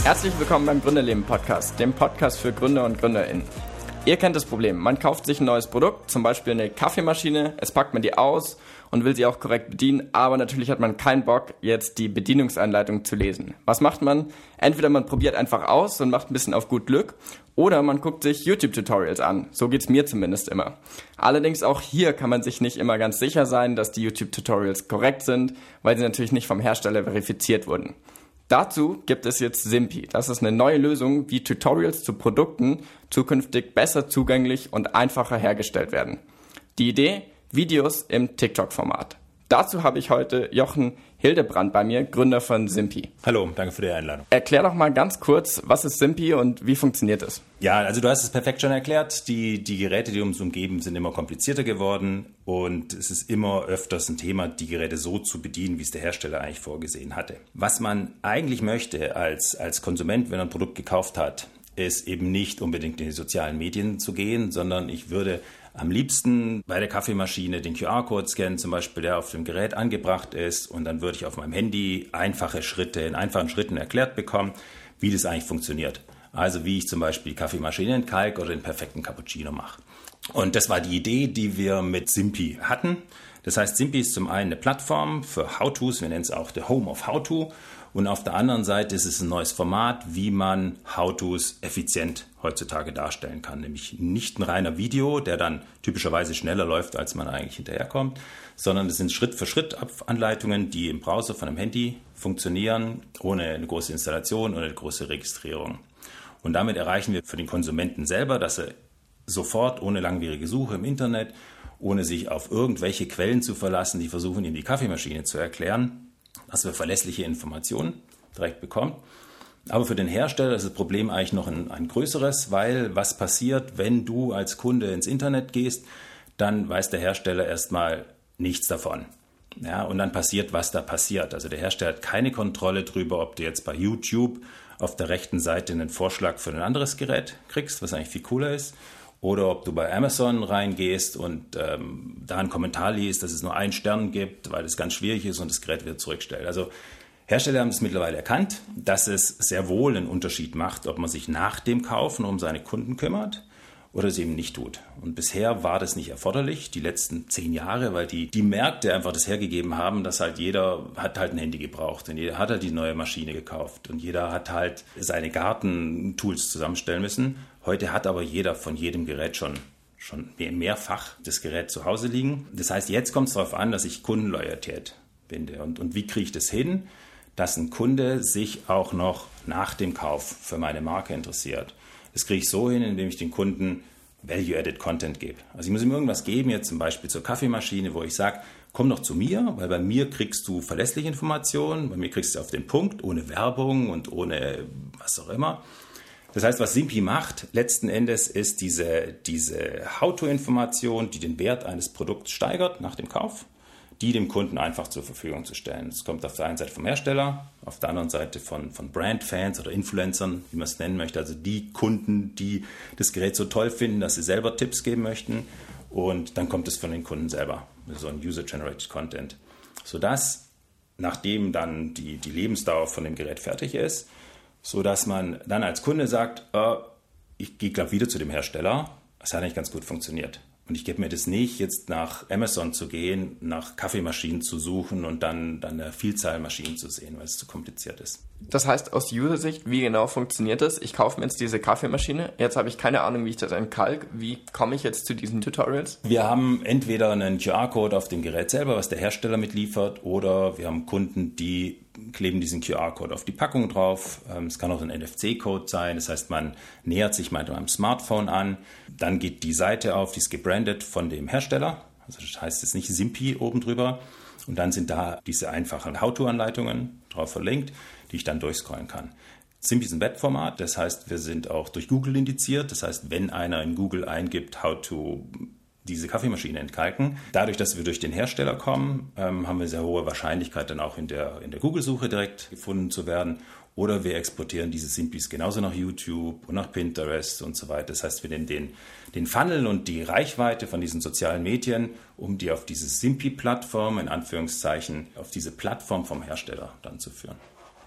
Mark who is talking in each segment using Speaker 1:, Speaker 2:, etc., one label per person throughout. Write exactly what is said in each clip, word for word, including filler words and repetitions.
Speaker 1: Herzlich willkommen beim Gründerleben-Podcast, dem Podcast für Gründer und GründerInnen. Ihr kennt das Problem, man kauft sich ein neues Produkt, zum Beispiel eine Kaffeemaschine, es packt man die aus und will sie auch korrekt bedienen, aber natürlich hat man keinen Bock, jetzt die Bedienungsanleitung zu lesen. Was macht man? Entweder man probiert einfach aus und macht ein bisschen auf gut Glück, oder man guckt sich YouTube-Tutorials an. So geht's mir zumindest immer. Allerdings auch hier kann man sich nicht immer ganz sicher sein, dass die YouTube-Tutorials korrekt sind, weil sie natürlich nicht vom Hersteller verifiziert wurden. Dazu gibt es jetzt Simpi. Das ist eine neue Lösung, wie Tutorials zu Produkten zukünftig besser zugänglich und einfacher hergestellt werden. Die Idee? Videos im TikTok-Format. Dazu habe ich heute Jochen Hildebrand bei mir, Gründer von Simpi.
Speaker 2: Hallo, danke für die Einladung.
Speaker 1: Erklär doch mal ganz kurz, was ist Simpi und wie funktioniert es?
Speaker 2: Ja, also du hast es perfekt schon erklärt. Die, die Geräte, die uns umgeben, sind immer komplizierter geworden und es ist immer öfters ein Thema, die Geräte so zu bedienen, wie es der Hersteller eigentlich vorgesehen hatte. Was man eigentlich möchte als, als Konsument, wenn er ein Produkt gekauft hat, ist eben nicht unbedingt in die sozialen Medien zu gehen, sondern ich würde am liebsten bei der Kaffeemaschine den Q R-Code scannen, zum Beispiel, der auf dem Gerät angebracht ist, und dann würde ich auf meinem Handy einfache Schritte, in einfachen Schritten erklärt bekommen, wie das eigentlich funktioniert. Also wie ich zum Beispiel die Kaffeemaschine entkalke oder den perfekten Cappuccino mache. Und das war die Idee, die wir mit Simpi hatten. Das heißt, Simpi ist zum einen eine Plattform für How-Tos, wir nennen es auch the Home of How-To. Und auf der anderen Seite ist es ein neues Format, wie man How-Tos effizient heutzutage darstellen kann. Nämlich nicht ein reiner Video, der dann typischerweise schneller läuft, als man eigentlich hinterherkommt, sondern es sind Schritt-für-Schritt-Anleitungen, die im Browser von einem Handy funktionieren, ohne eine große Installation, ohne eine große Registrierung. Und damit erreichen wir für den Konsumenten selber, dass er sofort ohne langwierige Suche im Internet, ohne sich auf irgendwelche Quellen zu verlassen, die versuchen, ihm die Kaffeemaschine zu erklären, dass wir verlässliche Informationen direkt bekommen. Aber für den Hersteller ist das Problem eigentlich noch ein, ein größeres, weil was passiert, wenn du als Kunde ins Internet gehst, dann weiß der Hersteller erstmal nichts davon. Ja, und dann passiert, was da passiert. Also der Hersteller hat keine Kontrolle darüber, ob du jetzt bei YouTube auf der rechten Seite einen Vorschlag für ein anderes Gerät kriegst, was eigentlich viel cooler ist. Oder ob du bei Amazon reingehst und ähm, da einen Kommentar liest, dass es nur einen Stern gibt, weil es ganz schwierig ist und das Gerät wieder zurückstellt. Also Hersteller haben es mittlerweile erkannt, dass es sehr wohl einen Unterschied macht, ob man sich nach dem Kaufen um seine Kunden kümmert oder es eben nicht tut. Und bisher war das nicht erforderlich, die letzten zehn Jahre, weil die, die Märkte einfach das hergegeben haben, dass halt jeder hat halt ein Handy gebraucht und jeder hat halt die neue Maschine gekauft und jeder hat halt seine Gartentools zusammenstellen müssen. Heute hat aber jeder von jedem Gerät schon, schon mehrfach das Gerät zu Hause liegen. Das heißt, jetzt kommt es darauf an, dass ich Kundenloyalität binde. Und, und wie kriege ich das hin, dass ein Kunde sich auch noch nach dem Kauf für meine Marke interessiert? Das kriege ich so hin, indem ich den Kunden Value-Added Content gebe. Also ich muss ihm irgendwas geben, jetzt zum Beispiel zur Kaffeemaschine, wo ich sage, komm doch zu mir, weil bei mir kriegst du verlässliche Informationen, bei mir kriegst du auf den Punkt, ohne Werbung und ohne was auch immer. Das heißt, was Simpi macht, letzten Endes ist diese, diese How-To-Information, die den Wert eines Produkts steigert nach dem Kauf, die dem Kunden einfach zur Verfügung zu stellen. Das kommt auf der einen Seite vom Hersteller, auf der anderen Seite von, von Brand-Fans oder Influencern, wie man es nennen möchte, also die Kunden, die das Gerät so toll finden, dass sie selber Tipps geben möchten, und dann kommt es von den Kunden selber, so ein User-Generated Content, sodass, nachdem dann die, die Lebensdauer von dem Gerät fertig ist, sodass man dann als Kunde sagt, äh, ich gehe glaube wieder zu dem Hersteller, das hat eigentlich ganz gut funktioniert. Und ich gebe mir das nicht, jetzt nach Amazon zu gehen, nach Kaffeemaschinen zu suchen und dann, dann eine Vielzahl Maschinen zu sehen, weil es zu kompliziert ist.
Speaker 1: Das heißt, aus User-Sicht, wie genau funktioniert das? Ich kaufe mir jetzt diese Kaffeemaschine, jetzt habe ich keine Ahnung, wie ich das entkalke. Wie komme ich jetzt zu diesen Tutorials?
Speaker 2: Wir haben entweder einen Q R-Code auf dem Gerät selber, was der Hersteller mitliefert, oder wir haben Kunden, die kleben diesen Q R-Code auf die Packung drauf. Es kann auch ein N F C-Code sein, das heißt, man nähert sich mal mit einem Smartphone an, dann geht die Seite auf, die ist gebrandet von dem Hersteller, also das heißt jetzt nicht Simpi oben drüber, und dann sind da diese einfachen How-To-Anleitungen drauf verlinkt, die ich dann durchscrollen kann. Simpi ist ein Webformat, das heißt, wir sind auch durch Google indiziert, das heißt, wenn einer in Google eingibt, how to diese Kaffeemaschine entkalken. Dadurch, dass wir durch den Hersteller kommen, ähm, haben wir sehr hohe Wahrscheinlichkeit, dann auch in der, in der Google-Suche direkt gefunden zu werden. Oder wir exportieren diese Simpis genauso nach YouTube und nach Pinterest und so weiter. Das heißt, wir nehmen den, den Funnel und die Reichweite von diesen sozialen Medien, um die auf diese Simpi-Plattform, in Anführungszeichen, auf diese Plattform vom Hersteller dann zu führen.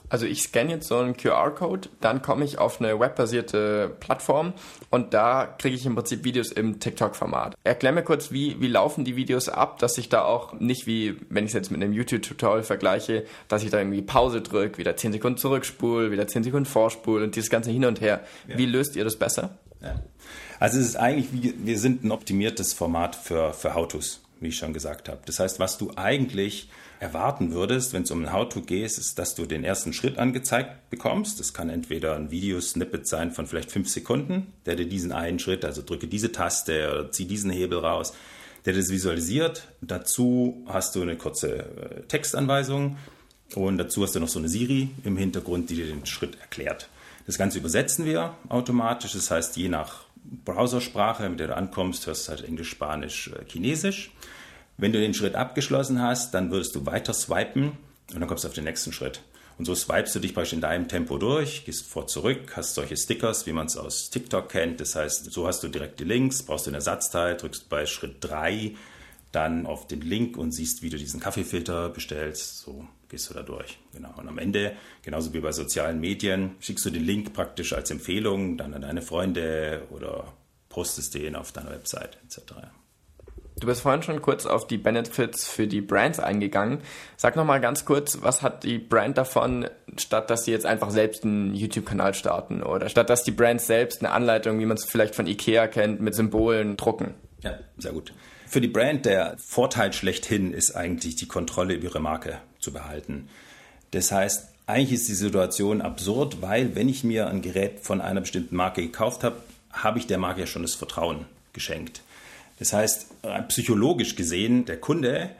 Speaker 1: Also ich scanne jetzt so einen Q R-Code, dann komme ich auf eine webbasierte Plattform und da kriege ich im Prinzip Videos im TikTok-Format. Erklär mir kurz, wie, wie laufen die Videos ab, dass ich da auch nicht wie, wenn ich es jetzt mit einem YouTube-Tutorial vergleiche, dass ich da irgendwie Pause drücke, wieder zehn Sekunden zurückspule, wieder zehn Sekunden vorspule und dieses ganze hin und her. Ja. Wie löst ihr das besser?
Speaker 2: Ja. Also es ist eigentlich, wie, wir sind ein optimiertes Format für, für How-Tos, wie ich schon gesagt habe. Das heißt, was du eigentlich erwarten würdest, wenn es um ein How-To geht, ist, dass du den ersten Schritt angezeigt bekommst. Das kann entweder ein Videosnippet sein von vielleicht fünf Sekunden, der dir diesen einen Schritt, also drücke diese Taste oder zieh diesen Hebel raus, der das visualisiert. Dazu hast du eine kurze Textanweisung und dazu hast du noch so eine Siri im Hintergrund, die dir den Schritt erklärt. Das Ganze übersetzen wir automatisch, das heißt, je nach Browsersprache, mit der du ankommst, hörst du halt Englisch, Spanisch, Chinesisch. Wenn du den Schritt abgeschlossen hast, dann würdest du weiter swipen und dann kommst du auf den nächsten Schritt. Und so swipest du dich praktisch in deinem Tempo durch, gehst vor zurück, hast solche Stickers, wie man es aus TikTok kennt. Das heißt, so hast du direkt die Links, brauchst du ein Ersatzteil, drückst bei Schritt drei dann auf den Link und siehst, wie du diesen Kaffeefilter bestellst. So gehst du da durch. Genau. Und am Ende, genauso wie bei sozialen Medien, schickst du den Link praktisch als Empfehlung dann an deine Freunde oder postest den auf deiner Website et cetera.
Speaker 1: Du bist vorhin schon kurz auf die Benefits für die Brands eingegangen. Sag nochmal ganz kurz, was hat die Brand davon, statt dass sie jetzt einfach selbst einen YouTube-Kanal starten oder statt dass die Brands selbst eine Anleitung, wie man es vielleicht von Ikea kennt, mit Symbolen drucken?
Speaker 2: Ja, sehr gut. Für die Brand der Vorteil schlechthin ist eigentlich die Kontrolle über ihre Marke zu behalten. Das heißt, eigentlich ist die Situation absurd, weil wenn ich mir ein Gerät von einer bestimmten Marke gekauft habe, habe ich der Marke ja schon das Vertrauen geschenkt. Das heißt, psychologisch gesehen, der Kunde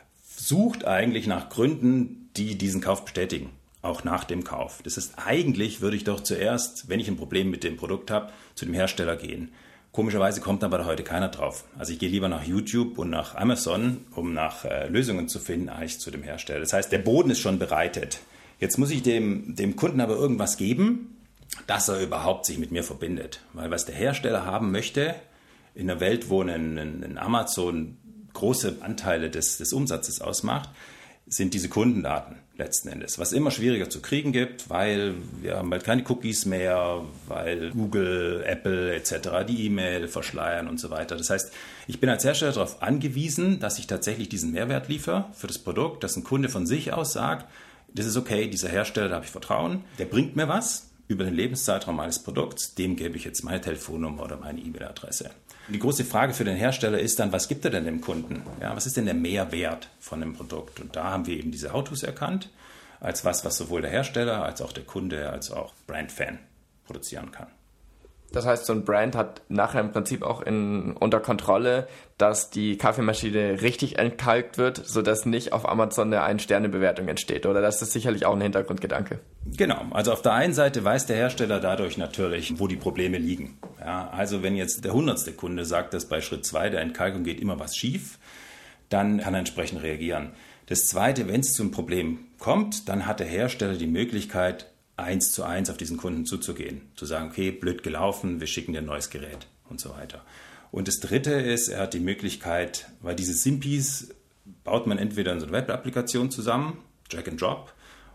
Speaker 2: sucht eigentlich nach Gründen, die diesen Kauf bestätigen, auch nach dem Kauf. Das heißt, eigentlich würde ich doch zuerst, wenn ich ein Problem mit dem Produkt habe, zu dem Hersteller gehen. Komischerweise kommt aber da heute keiner drauf. Also ich gehe lieber nach YouTube und nach Amazon, um nach äh, Lösungen zu finden, als zu dem Hersteller. Das heißt, der Boden ist schon bereitet. Jetzt muss ich dem, dem Kunden aber irgendwas geben, dass er überhaupt sich mit mir verbindet. Weil was der Hersteller haben möchte, in einer Welt, wo ein, ein Amazon große Anteile des, des Umsatzes ausmacht, sind diese Kundendaten letzten Endes. Was immer schwieriger zu kriegen gibt, weil wir haben bald keine Cookies mehr, weil Google, Apple et cetera die E-Mail verschleiern und so weiter. Das heißt, ich bin als Hersteller darauf angewiesen, dass ich tatsächlich diesen Mehrwert liefere für das Produkt, dass ein Kunde von sich aus sagt, das ist okay, dieser Hersteller, da habe ich Vertrauen, der bringt mir was über den Lebenszeitraum meines Produkts, dem gebe ich jetzt meine Telefonnummer oder meine E-Mail-Adresse. Die große Frage für den Hersteller ist dann, was gibt er denn dem Kunden? Ja, was ist denn der Mehrwert von dem Produkt? Und da haben wir eben diese How-Tos erkannt, als was, was sowohl der Hersteller als auch der Kunde als auch Brand-Fan produzieren kann.
Speaker 1: Das heißt, so ein Brand hat nachher im Prinzip auch in, unter Kontrolle, dass die Kaffeemaschine richtig entkalkt wird, sodass nicht auf Amazon eine Ein-Sterne-Bewertung entsteht. Oder das ist sicherlich auch ein Hintergrundgedanke.
Speaker 2: Genau. Also auf der einen Seite weiß der Hersteller dadurch natürlich, wo die Probleme liegen. Ja, also wenn jetzt der hundertste Kunde sagt, dass bei Schritt zwei der Entkalkung geht immer was schief, dann kann er entsprechend reagieren. Das Zweite, wenn es zum Problem kommt, dann hat der Hersteller die Möglichkeit, eins zu eins auf diesen Kunden zuzugehen. Zu sagen, okay, blöd gelaufen, wir schicken dir ein neues Gerät und so weiter. Und das Dritte ist, er hat die Möglichkeit, weil diese Simpis baut man entweder in so eine Web-Applikation zusammen, Drag and Drop,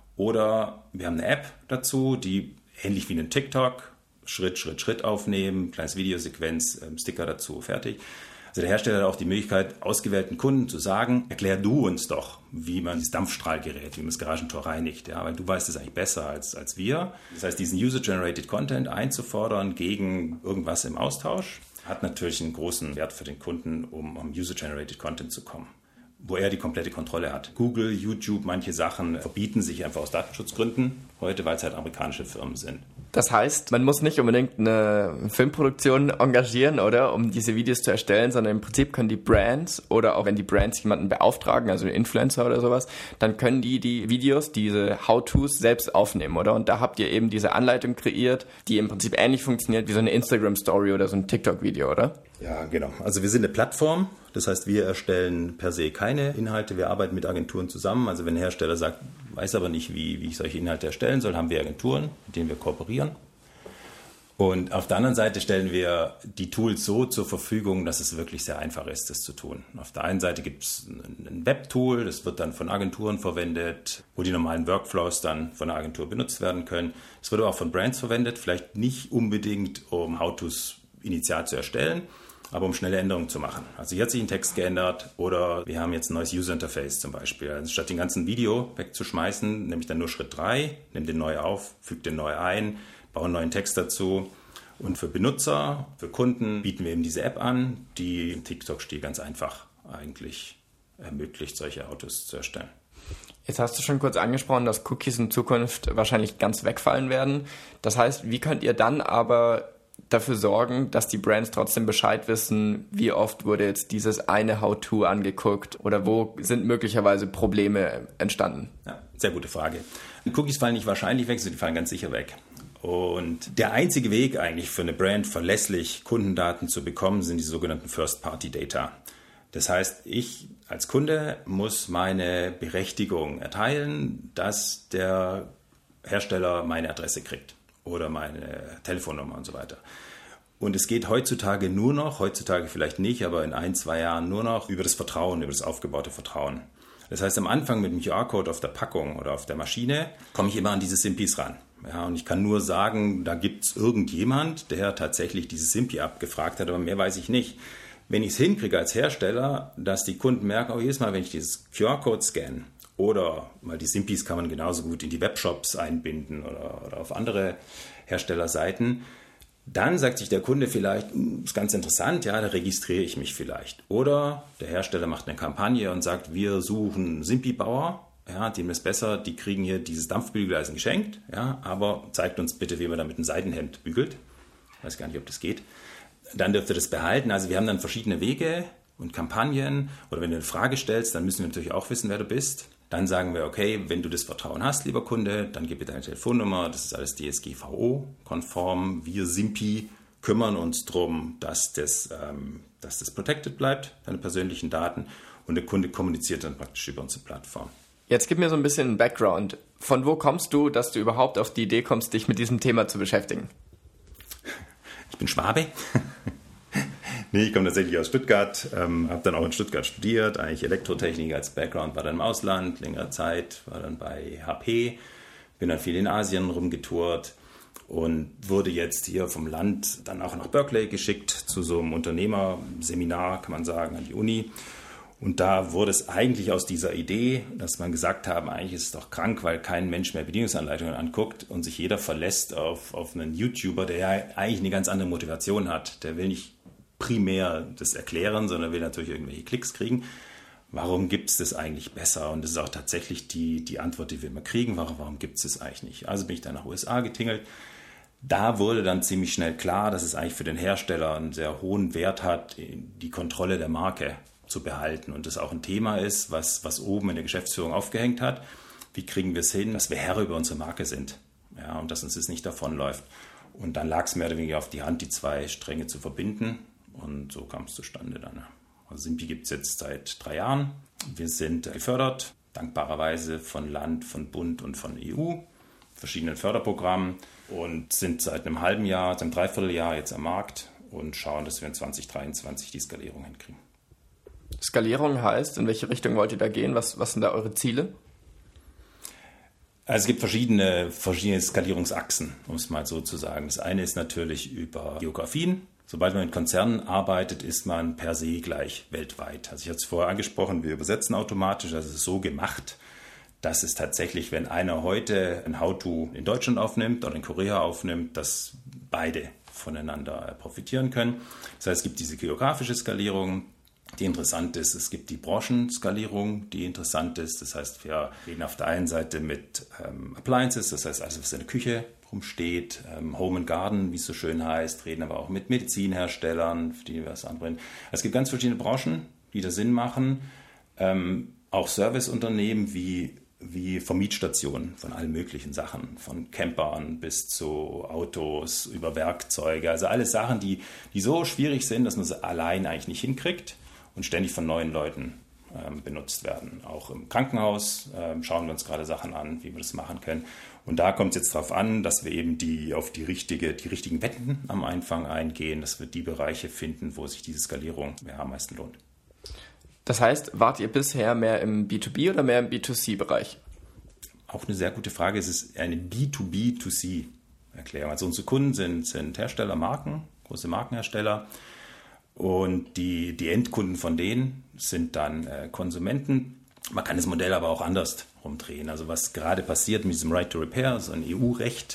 Speaker 2: oder wir haben eine App dazu, die ähnlich wie einen TikTok, Schritt, Schritt, Schritt aufnehmen, kleines Videosequenz, Sticker dazu, fertig. Also der Hersteller hat auch die Möglichkeit, ausgewählten Kunden zu sagen, erklär du uns doch, wie man das Dampfstrahlgerät, wie man das Garagentor reinigt. Ja, weil du weißt es eigentlich besser als, als wir. Das heißt, diesen User-Generated Content einzufordern gegen irgendwas im Austausch, hat natürlich einen großen Wert für den Kunden, um am User-Generated Content zu kommen, wo er die komplette Kontrolle hat. Google, YouTube, manche Sachen verbieten sich einfach aus Datenschutzgründen heute, weil es halt amerikanische Firmen sind.
Speaker 1: Das heißt, man muss nicht unbedingt eine Filmproduktion engagieren, oder, um diese Videos zu erstellen, sondern im Prinzip können die Brands oder auch wenn die Brands jemanden beauftragen, also einen Influencer oder sowas, dann können die die Videos, diese How-Tos selbst aufnehmen, oder? Und da habt ihr eben diese Anleitung kreiert, die im Prinzip ähnlich funktioniert wie so eine Instagram-Story oder so ein TikTok-Video, oder?
Speaker 2: Ja, genau. Also wir sind eine Plattform. Das heißt, wir erstellen per se keine Inhalte. Wir arbeiten mit Agenturen zusammen. Also wenn ein Hersteller sagt, weiß aber nicht, wie, wie ich solche Inhalte erstellen soll, haben wir Agenturen, mit denen wir kooperieren. Und auf der anderen Seite stellen wir die Tools so zur Verfügung, dass es wirklich sehr einfach ist, das zu tun. Auf der einen Seite gibt es ein Webtool, das wird dann von Agenturen verwendet, wo die normalen Workflows dann von der Agentur benutzt werden können. Es wird aber auch von Brands verwendet, vielleicht nicht unbedingt, um How-Tos initial zu erstellen, aber um schnelle Änderungen zu machen. Also hier hat sich ein Text geändert oder wir haben jetzt ein neues User Interface zum Beispiel. Also statt den ganzen Video wegzuschmeißen, nehme ich dann nur Schritt drei, nehme den neu auf, füge den neu ein, baue einen neuen Text dazu. Und für Benutzer, für Kunden bieten wir eben diese App an, die im TikTok-Stil ganz einfach eigentlich ermöglicht, solche Autos zu erstellen.
Speaker 1: Jetzt hast du schon kurz angesprochen, dass Cookies in Zukunft wahrscheinlich ganz wegfallen werden. Das heißt, wie könnt ihr dann aber dafür sorgen, dass die Brands trotzdem Bescheid wissen, wie oft wurde jetzt dieses eine How-To angeguckt oder wo sind möglicherweise Probleme entstanden?
Speaker 2: Ja, sehr gute Frage. Die Cookies fallen nicht wahrscheinlich weg, sondern die fallen ganz sicher weg. Und der einzige Weg eigentlich für eine Brand verlässlich Kundendaten zu bekommen, sind die sogenannten First-Party-Data. Das heißt, ich als Kunde muss meine Berechtigung erteilen, dass der Hersteller meine Adresse kriegt oder meine Telefonnummer und so weiter. Und es geht heutzutage nur noch, heutzutage vielleicht nicht, aber in ein, zwei Jahren nur noch über das Vertrauen, über das aufgebaute Vertrauen. Das heißt, am Anfang mit dem Q R-Code auf der Packung oder auf der Maschine komme ich immer an diese Simpis ran. Ja, und ich kann nur sagen, da gibt es irgendjemand, der tatsächlich dieses Simpi abgefragt hat, aber mehr weiß ich nicht. Wenn ich es hinkriege als Hersteller, dass die Kunden merken, oh, jedes Mal, wenn ich dieses Q R-Code scanne oder mal die Simpis kann man genauso gut in die Webshops einbinden oder, oder auf andere Herstellerseiten, dann sagt sich der Kunde vielleicht, das ist ganz interessant, ja, da registriere ich mich vielleicht. Oder der Hersteller macht eine Kampagne und sagt, wir suchen Simpi-Bauer. Ja, dem ist besser, die kriegen hier dieses Dampfbügeleisen geschenkt, ja, aber zeigt uns bitte, wie man da mit einem Seidenhemd bügelt. Ich weiß gar nicht, ob das geht. Dann dürft ihr das behalten. Also wir haben dann verschiedene Wege und Kampagnen. Oder wenn du eine Frage stellst, dann müssen wir natürlich auch wissen, wer du bist. Dann sagen wir, okay, wenn du das Vertrauen hast, lieber Kunde, dann gib mir deine Telefonnummer. Das ist alles D S G V O-konform. Wir Simpi kümmern uns darum, dass das, ähm, dass das protected bleibt, deine persönlichen Daten. Und der Kunde kommuniziert dann praktisch über unsere Plattform.
Speaker 1: Jetzt gib mir so ein bisschen einen Background. Von wo kommst du, dass du überhaupt auf die Idee kommst, dich mit diesem Thema zu beschäftigen?
Speaker 2: Ich bin Schwabe. Nee, ich komme tatsächlich aus Stuttgart, ähm, habe dann auch in Stuttgart studiert, eigentlich Elektrotechnik als Background, war dann im Ausland, längere Zeit, war dann bei H P, bin dann viel in Asien rumgetourt und wurde jetzt hier vom Land dann auch nach Berkeley geschickt zu so einem Unternehmerseminar, kann man sagen, an die Uni. Und da wurde es eigentlich aus dieser Idee, dass man gesagt haben, eigentlich ist es doch krank, weil kein Mensch mehr Bedienungsanleitungen anguckt und sich jeder verlässt auf, auf einen YouTuber, der ja eigentlich eine ganz andere Motivation hat. Der will nicht primär das erklären, sondern will natürlich irgendwelche Klicks kriegen. Warum gibt es das eigentlich besser? Und das ist auch tatsächlich die, die Antwort, die wir immer kriegen. Warum, warum gibt es das eigentlich nicht? Also bin ich dann nach U S A getingelt. Da wurde dann ziemlich schnell klar, dass es eigentlich für den Hersteller einen sehr hohen Wert hat, die Kontrolle der Marke zu behalten und das auch ein Thema ist, was, was oben in der Geschäftsführung aufgehängt hat. Wie kriegen wir es hin, dass wir Herr über unsere Marke sind, ja, und dass uns das nicht davonläuft. Und dann lag es mehr oder weniger auf die Hand, die zwei Stränge zu verbinden und so kam es zustande dann. Also Simpi gibt es jetzt seit drei Jahren. Wir sind gefördert, dankbarerweise von Land, von Bund und von E U, verschiedenen Förderprogrammen und sind seit einem halben Jahr, seit einem Dreivierteljahr jetzt am Markt und schauen, dass wir in zwanzig dreiundzwanzig die Skalierung hinkriegen.
Speaker 1: Skalierung heißt, in welche Richtung wollt ihr da gehen? Was, was sind da eure Ziele?
Speaker 2: Also es gibt verschiedene, verschiedene Skalierungsachsen, um es mal so zu sagen. Das eine ist natürlich über Geografien. Sobald man mit Konzernen arbeitet, ist man per se gleich weltweit. Also ich hatte es vorher angesprochen, wir übersetzen automatisch. Also es ist so gemacht, dass es tatsächlich, wenn einer heute ein How-To in Deutschland aufnimmt oder in Korea aufnimmt, dass beide voneinander profitieren können. Das heißt, es gibt diese geografische Skalierung, die interessant ist. Es gibt die Branchenskalierung, die interessant ist. Das heißt, wir reden auf der einen Seite mit ähm, Appliances, das heißt alles, was in der Küche rumsteht, ähm, Home and Garden, wie es so schön heißt, reden aber auch mit Medizinherstellern, für die wir was anbringen. Es gibt ganz verschiedene Branchen, die da Sinn machen. Ähm, auch Serviceunternehmen wie, wie Vermietstationen von allen möglichen Sachen, von Campern bis zu Autos, über Werkzeuge. Also alles Sachen, die, die so schwierig sind, dass man sie allein eigentlich nicht hinkriegt und ständig von neuen Leuten ähm, benutzt werden. Auch im Krankenhaus ähm, schauen wir uns gerade Sachen an, wie wir das machen können. Und da kommt es jetzt darauf an, dass wir eben die auf die richtige, die richtigen Wetten am Anfang eingehen, dass wir die Bereiche finden, wo sich diese Skalierung ja, am meisten lohnt.
Speaker 1: Das heißt, wart ihr bisher mehr im B zwei B oder mehr im B zwei C-Bereich?
Speaker 2: Auch eine sehr gute Frage. Es ist eine B zwei B zwei C-Erklärung. Also unsere Kunden sind, sind Hersteller, Marken, große Markenhersteller. Und die, die Endkunden von denen sind dann äh, Konsumenten. Man kann das Modell aber auch anders rumdrehen. Also was gerade passiert mit diesem Right to Repair, so ein E U-Recht,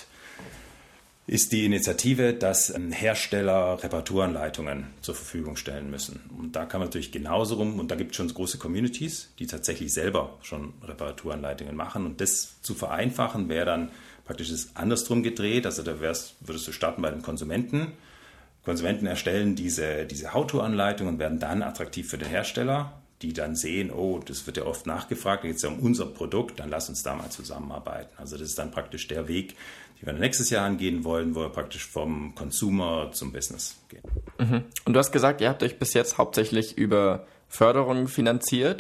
Speaker 2: ist die Initiative, dass Hersteller Reparaturanleitungen zur Verfügung stellen müssen. Und da kann man natürlich genauso rum, und da gibt es schon große Communities, die tatsächlich selber schon Reparaturanleitungen machen. Und das zu vereinfachen, wäre dann praktisch das andersrum gedreht. Also da wär's, würdest du starten bei den Konsumenten. Konsumenten erstellen diese, diese How-to-Anleitung und werden dann attraktiv für den Hersteller, die dann sehen, oh, das wird ja oft nachgefragt, da geht es ja um unser Produkt, dann lass uns da mal zusammenarbeiten. Also das ist dann praktisch der Weg, den wir nächstes Jahr angehen wollen, wo wir praktisch vom Consumer zum Business gehen.
Speaker 1: Mhm. Und du hast gesagt, ihr habt euch bis jetzt hauptsächlich über Förderungen finanziert.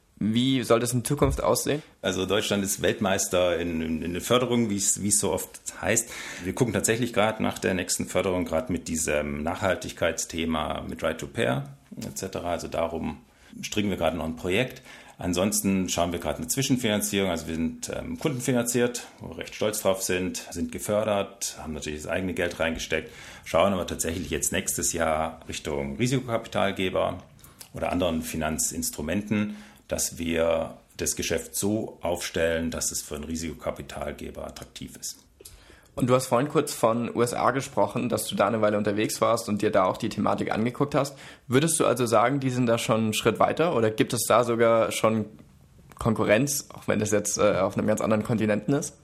Speaker 1: Wie soll das in Zukunft aussehen?
Speaker 2: Also Deutschland ist Weltmeister in, in, in der Förderung, wie es, wie es so oft heißt. Wir gucken tatsächlich gerade nach der nächsten Förderung, gerade mit diesem Nachhaltigkeitsthema, mit Right to Repair et cetera. Also darum stricken wir gerade noch ein Projekt. Ansonsten schauen wir gerade eine Zwischenfinanzierung. Also wir sind ähm, kundenfinanziert, wo wir recht stolz drauf sind, sind gefördert, haben natürlich das eigene Geld reingesteckt, schauen aber tatsächlich jetzt nächstes Jahr Richtung Risikokapitalgeber oder anderen Finanzinstrumenten, dass wir das Geschäft so aufstellen, dass es für einen Risikokapitalgeber attraktiv ist.
Speaker 1: Und du hast vorhin kurz von U S A gesprochen, dass du da eine Weile unterwegs warst und dir da auch die Thematik angeguckt hast. Würdest du also sagen, die sind da schon einen Schritt weiter oder gibt es da sogar schon Konkurrenz, auch wenn das jetzt äh, auf einem ganz anderen Kontinenten ist?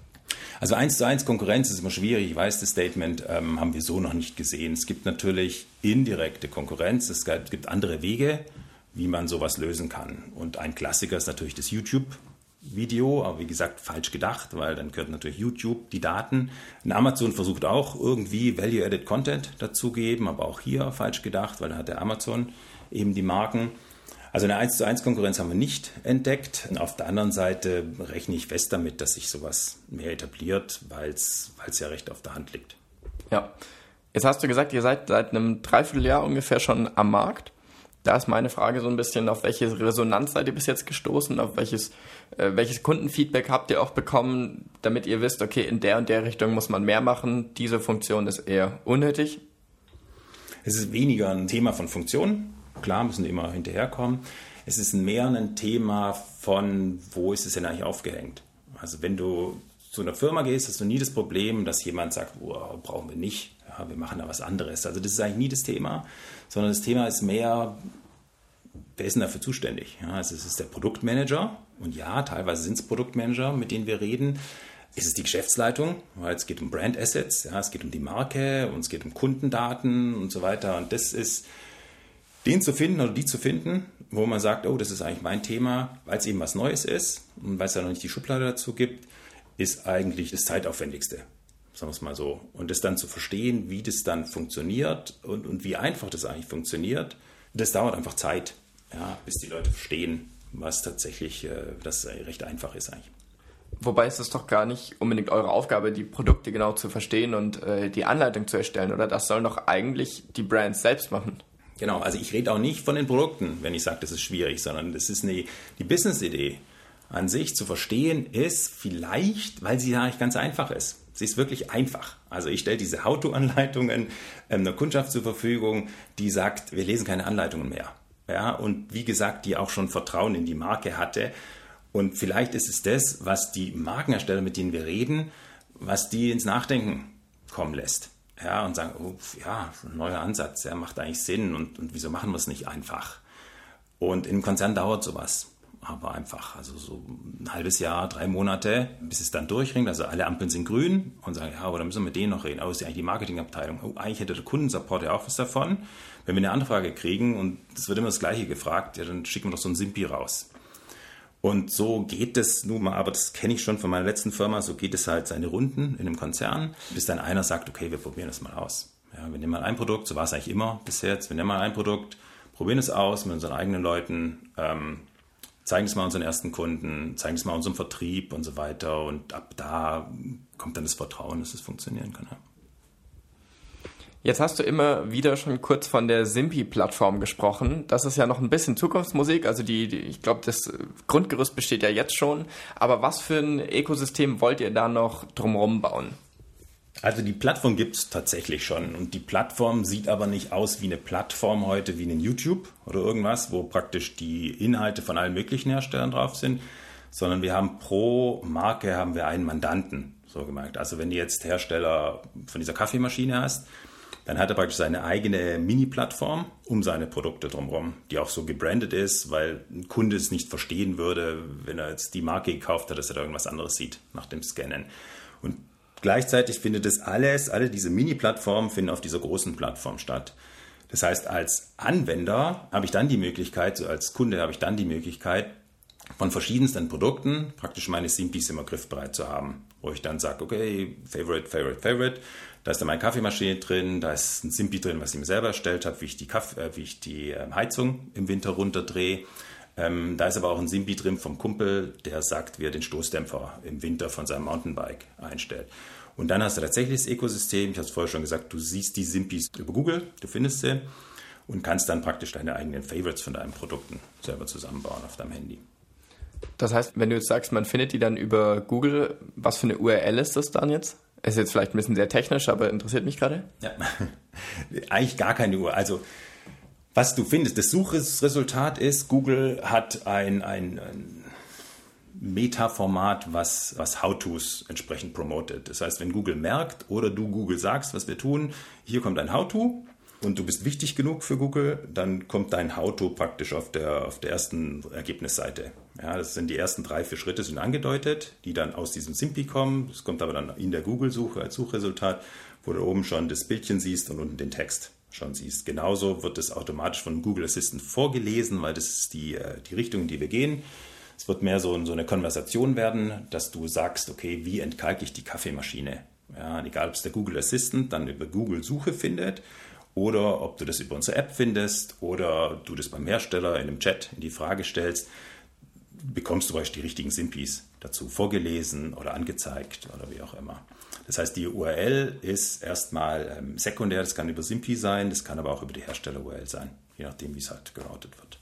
Speaker 2: Also eins zu eins Konkurrenz ist immer schwierig. Ich weiß, das Statement ähm, haben wir so noch nicht gesehen. Es gibt natürlich indirekte Konkurrenz. Es gibt andere Wege, wie man sowas lösen kann. Und ein Klassiker ist natürlich das YouTube-Video, aber wie gesagt, falsch gedacht, weil dann gehört natürlich YouTube die Daten. Und Amazon versucht auch irgendwie Value-Added Content dazugeben, aber auch hier falsch gedacht, weil da hat der Amazon eben die Marken. Also eine eins zu eins Konkurrenz haben wir nicht entdeckt. Und auf der anderen Seite rechne ich fest damit, dass sich sowas mehr etabliert, weil es ja recht auf der Hand liegt.
Speaker 1: Ja, jetzt hast du gesagt, ihr seid seit einem Dreivierteljahr ungefähr schon am Markt. Da ist meine Frage so ein bisschen, auf welche Resonanz seid ihr bis jetzt gestoßen, auf welches, äh, welches Kundenfeedback habt ihr auch bekommen, damit ihr wisst, okay, in der und der Richtung muss man mehr machen, diese Funktion ist eher unnötig?
Speaker 2: Es ist weniger ein Thema von Funktionen, klar müssen wir immer hinterherkommen. Es ist mehr ein Thema von, wo ist es denn eigentlich aufgehängt? Also wenn du zu einer Firma gehst, hast du nie das Problem, dass jemand sagt, oh, brauchen wir nicht, ja, wir machen da was anderes. Also das ist eigentlich nie das Thema, sondern das Thema ist mehr, wer ist denn dafür zuständig? Ja, also es ist der Produktmanager und ja, teilweise sind es Produktmanager, mit denen wir reden. Es ist die Geschäftsleitung, weil es geht um Brand Assets, ja, es geht um die Marke und es geht um Kundendaten und so weiter. Und das ist, den zu finden oder die zu finden, wo man sagt, oh, das ist eigentlich mein Thema, weil es eben was Neues ist und weil es ja noch nicht die Schublade dazu gibt, ist eigentlich das Zeitaufwendigste, sagen wir es mal so. Und das dann zu verstehen, wie das dann funktioniert und, und wie einfach das eigentlich funktioniert, das dauert einfach Zeit, ja, bis die Leute verstehen, was tatsächlich, äh, das recht einfach ist eigentlich.
Speaker 1: Wobei ist es doch gar nicht unbedingt eure Aufgabe, die Produkte genau zu verstehen und äh, die Anleitung zu erstellen, oder? Das sollen doch eigentlich die Brands selbst machen.
Speaker 2: Genau, also ich rede auch nicht von den Produkten, wenn ich sage, das ist schwierig, sondern das ist eine, die Business-Idee an sich zu verstehen ist vielleicht, weil sie ja eigentlich ganz einfach ist. Sie ist wirklich einfach. Also ich stelle diese How-to-Anleitungen ähm, einer Kundschaft zur Verfügung, die sagt, wir lesen keine Anleitungen mehr. Ja, und wie gesagt, die auch schon Vertrauen in die Marke hatte. Und vielleicht ist es das, was die Markenhersteller, mit denen wir reden, was die ins Nachdenken kommen lässt. Ja, und sagen, oh, ja, ein neuer Ansatz, der macht eigentlich Sinn und, und wieso machen wir es nicht einfach? Und im Konzern dauert sowas. Aber einfach, also so ein halbes Jahr, drei Monate, bis es dann durchringt. Also alle Ampeln sind grün und sagen, ja, aber dann müssen wir mit denen noch reden. Aber es ist ja eigentlich die Marketingabteilung. Oh, eigentlich hätte der Kundensupport ja auch was davon. Wenn wir eine Anfrage kriegen und es wird immer das Gleiche gefragt, ja, dann schicken wir doch so ein Simpi raus. Und so geht es nun mal, aber das kenne ich schon von meiner letzten Firma, so geht es halt seine Runden in einem Konzern, bis dann einer sagt, okay, wir probieren das mal aus. Ja, wir nehmen mal ein Produkt, so war es eigentlich immer bis jetzt, wir nehmen mal ein Produkt, probieren es aus mit unseren eigenen Leuten, ähm, zeigen es mal unseren ersten Kunden, zeigen es mal unserem Vertrieb und so weiter. Und ab da kommt dann das Vertrauen, dass es funktionieren kann. Ja.
Speaker 1: Jetzt hast du immer wieder schon kurz von der Simpi-Plattform gesprochen. Das ist ja noch ein bisschen Zukunftsmusik. Also die, die ich glaube, das Grundgerüst besteht ja jetzt schon. Aber was für ein Ökosystem wollt ihr da noch drumherum bauen?
Speaker 2: Also die Plattform gibt es tatsächlich schon. Und die Plattform sieht aber nicht aus wie eine Plattform heute, wie ein YouTube oder irgendwas, wo praktisch die Inhalte von allen möglichen Herstellern drauf sind. Sondern wir haben pro Marke haben wir einen Mandanten, so gemerkt. Also wenn du jetzt Hersteller von dieser Kaffeemaschine hast, dann hat er praktisch seine eigene Mini-Plattform um seine Produkte drumherum, die auch so gebrandet ist, weil ein Kunde es nicht verstehen würde, wenn er jetzt die Marke gekauft hat, dass er da irgendwas anderes sieht nach dem Scannen. Und gleichzeitig findet das alles, alle diese Mini-Plattformen finden auf dieser großen Plattform statt. Das heißt, als Anwender habe ich dann die Möglichkeit, so als Kunde habe ich dann die Möglichkeit, von verschiedensten Produkten praktisch meine Simpis immer griffbereit zu haben, wo ich dann sage, okay, Favorite, Favorite, Favorite, da ist dann meine Kaffeemaschine drin, da ist ein Simpi drin, was ich mir selber erstellt habe, wie ich die, Kaffee, äh, wie ich die äh, Heizung im Winter runterdrehe. Ähm, da ist aber auch ein Simpi drin vom Kumpel, der sagt, wie er den Stoßdämpfer im Winter von seinem Mountainbike einstellt. Und dann hast du tatsächlich das Ökosystem, ich habe es vorher schon gesagt, du siehst die Simpis über Google, du findest sie und kannst dann praktisch deine eigenen Favorites von deinen Produkten selber zusammenbauen auf deinem Handy.
Speaker 1: Das heißt, wenn du jetzt sagst, man findet die dann über Google, was für eine U R L ist das dann jetzt? Ist jetzt vielleicht ein bisschen sehr technisch, aber interessiert mich gerade.
Speaker 2: Ja, eigentlich gar keine U R L. Also, was du findest, das Suchresultat ist, Google hat ein, ein, ein Meta-Format, was, was How-Tos entsprechend promotet. Das heißt, wenn Google merkt oder du Google sagst, was wir tun, hier kommt ein How-To, und du bist wichtig genug für Google, dann kommt dein How-To praktisch auf der, auf der ersten Ergebnisseite. Ja, das sind die ersten drei, vier Schritte sind angedeutet, die dann aus diesem Simpi kommen. Das kommt aber dann in der Google-Suche als Suchresultat, wo du oben schon das Bildchen siehst und unten den Text schon siehst. Genauso wird es automatisch von Google Assistant vorgelesen, weil das ist die, die Richtung, in die wir gehen. Es wird mehr so, so eine Konversation werden, dass du sagst, okay, wie entkalke ich die Kaffeemaschine? Ja, egal, ob es der Google Assistant dann über Google Suche findet, oder ob du das über unsere App findest oder du das beim Hersteller in einem Chat in die Frage stellst, bekommst du beispielsweise die richtigen Simpis dazu vorgelesen oder angezeigt oder wie auch immer. Das heißt, die U R L ist erstmal ähm, sekundär, das kann über Simpi sein, das kann aber auch über die Hersteller-U R L sein, je nachdem, wie es halt geroutet wird.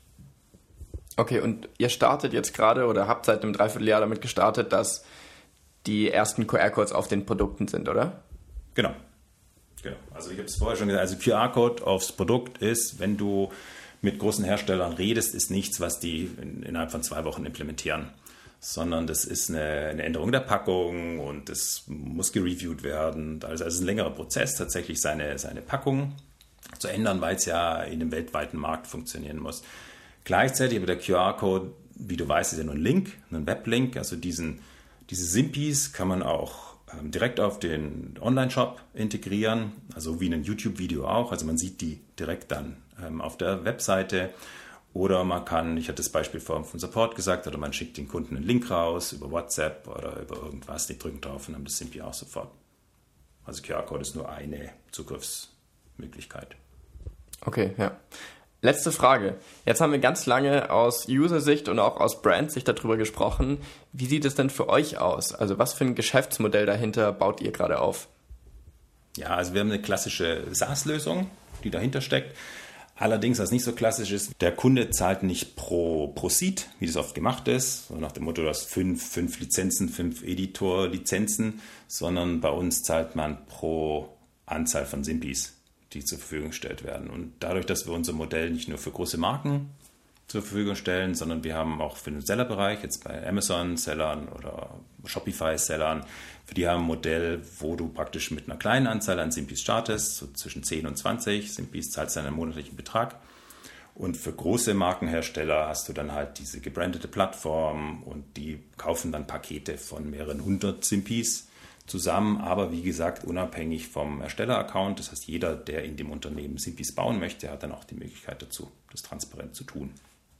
Speaker 1: Okay, und ihr startet jetzt gerade oder habt seit einem Dreivierteljahr damit gestartet, dass die ersten Q R-Codes auf den Produkten sind, oder?
Speaker 2: Genau. Genau. Also ich habe es vorher schon gesagt, also Q R-Code aufs Produkt ist, wenn du mit großen Herstellern redest, ist nichts, was die in, innerhalb von zwei Wochen implementieren, sondern das ist eine, eine Änderung der Packung und das muss gereviewt werden. Also es ist ein längerer Prozess, tatsächlich seine, seine Packung zu ändern, weil es ja in einem weltweiten Markt funktionieren muss. Gleichzeitig aber der Q R-Code, wie du weißt, ist ja nur ein Link, ein Weblink, also diesen, diese Simpis kann man auch direkt auf den Online-Shop integrieren, also wie in einem YouTube-Video auch. Also man sieht die direkt dann ähm, auf der Webseite. Oder man kann, ich hatte das Beispiel vom, vom Support gesagt, oder man schickt den Kunden einen Link raus über WhatsApp oder über irgendwas. Die drücken drauf und haben das Simpi auch sofort. Also Q R-Code ist nur eine Zugriffsmöglichkeit.
Speaker 1: Okay, ja. Letzte Frage. Jetzt haben wir ganz lange aus User-Sicht und auch aus Brand-Sicht darüber gesprochen. Wie sieht es denn für euch aus? Also was für ein Geschäftsmodell dahinter baut ihr gerade auf?
Speaker 2: Ja, also wir haben eine klassische SaaS-Lösung, die dahinter steckt. Allerdings, was nicht so klassisch ist, der Kunde zahlt nicht pro, pro Seat, wie das oft gemacht ist, so nach dem Motto, du hast fünf, fünf Lizenzen, fünf Editor-Lizenzen, sondern bei uns zahlt man pro Anzahl von Simpis, die zur Verfügung gestellt werden. Und dadurch, dass wir unser Modell nicht nur für große Marken zur Verfügung stellen, sondern wir haben auch für den Sellerbereich, jetzt bei Amazon-Sellern oder Shopify-Sellern, für die haben ein Modell, wo du praktisch mit einer kleinen Anzahl an Simpis startest, so zwischen zehn und zwanzig Simpis, zahlst dann einen monatlichen Betrag. Und für große Markenhersteller hast du dann halt diese gebrandete Plattform und die kaufen dann Pakete von mehreren hundert Simpis zusammen, aber wie gesagt, unabhängig vom Ersteller-Account. Das heißt, jeder, der in dem Unternehmen Simpis bauen möchte, hat dann auch die Möglichkeit dazu, das transparent zu tun.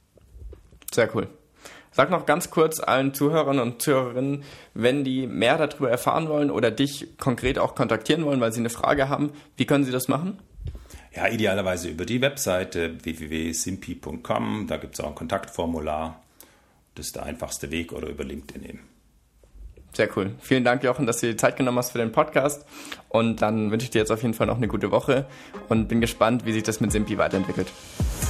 Speaker 1: Sehr cool. Sag noch ganz kurz allen Zuhörern und Zuhörerinnen, wenn die mehr darüber erfahren wollen oder dich konkret auch kontaktieren wollen, weil sie eine Frage haben, wie können sie das machen?
Speaker 2: Ja, idealerweise über die Webseite w w w punkt simpi punkt com. Da gibt es auch ein Kontaktformular. Das ist der einfachste Weg, oder über LinkedIn eben.
Speaker 1: Sehr cool. Vielen Dank, Jochen, dass du dir die Zeit genommen hast für den Podcast. Und dann wünsche ich dir jetzt auf jeden Fall noch eine gute Woche und bin gespannt, wie sich das mit Simpi weiterentwickelt.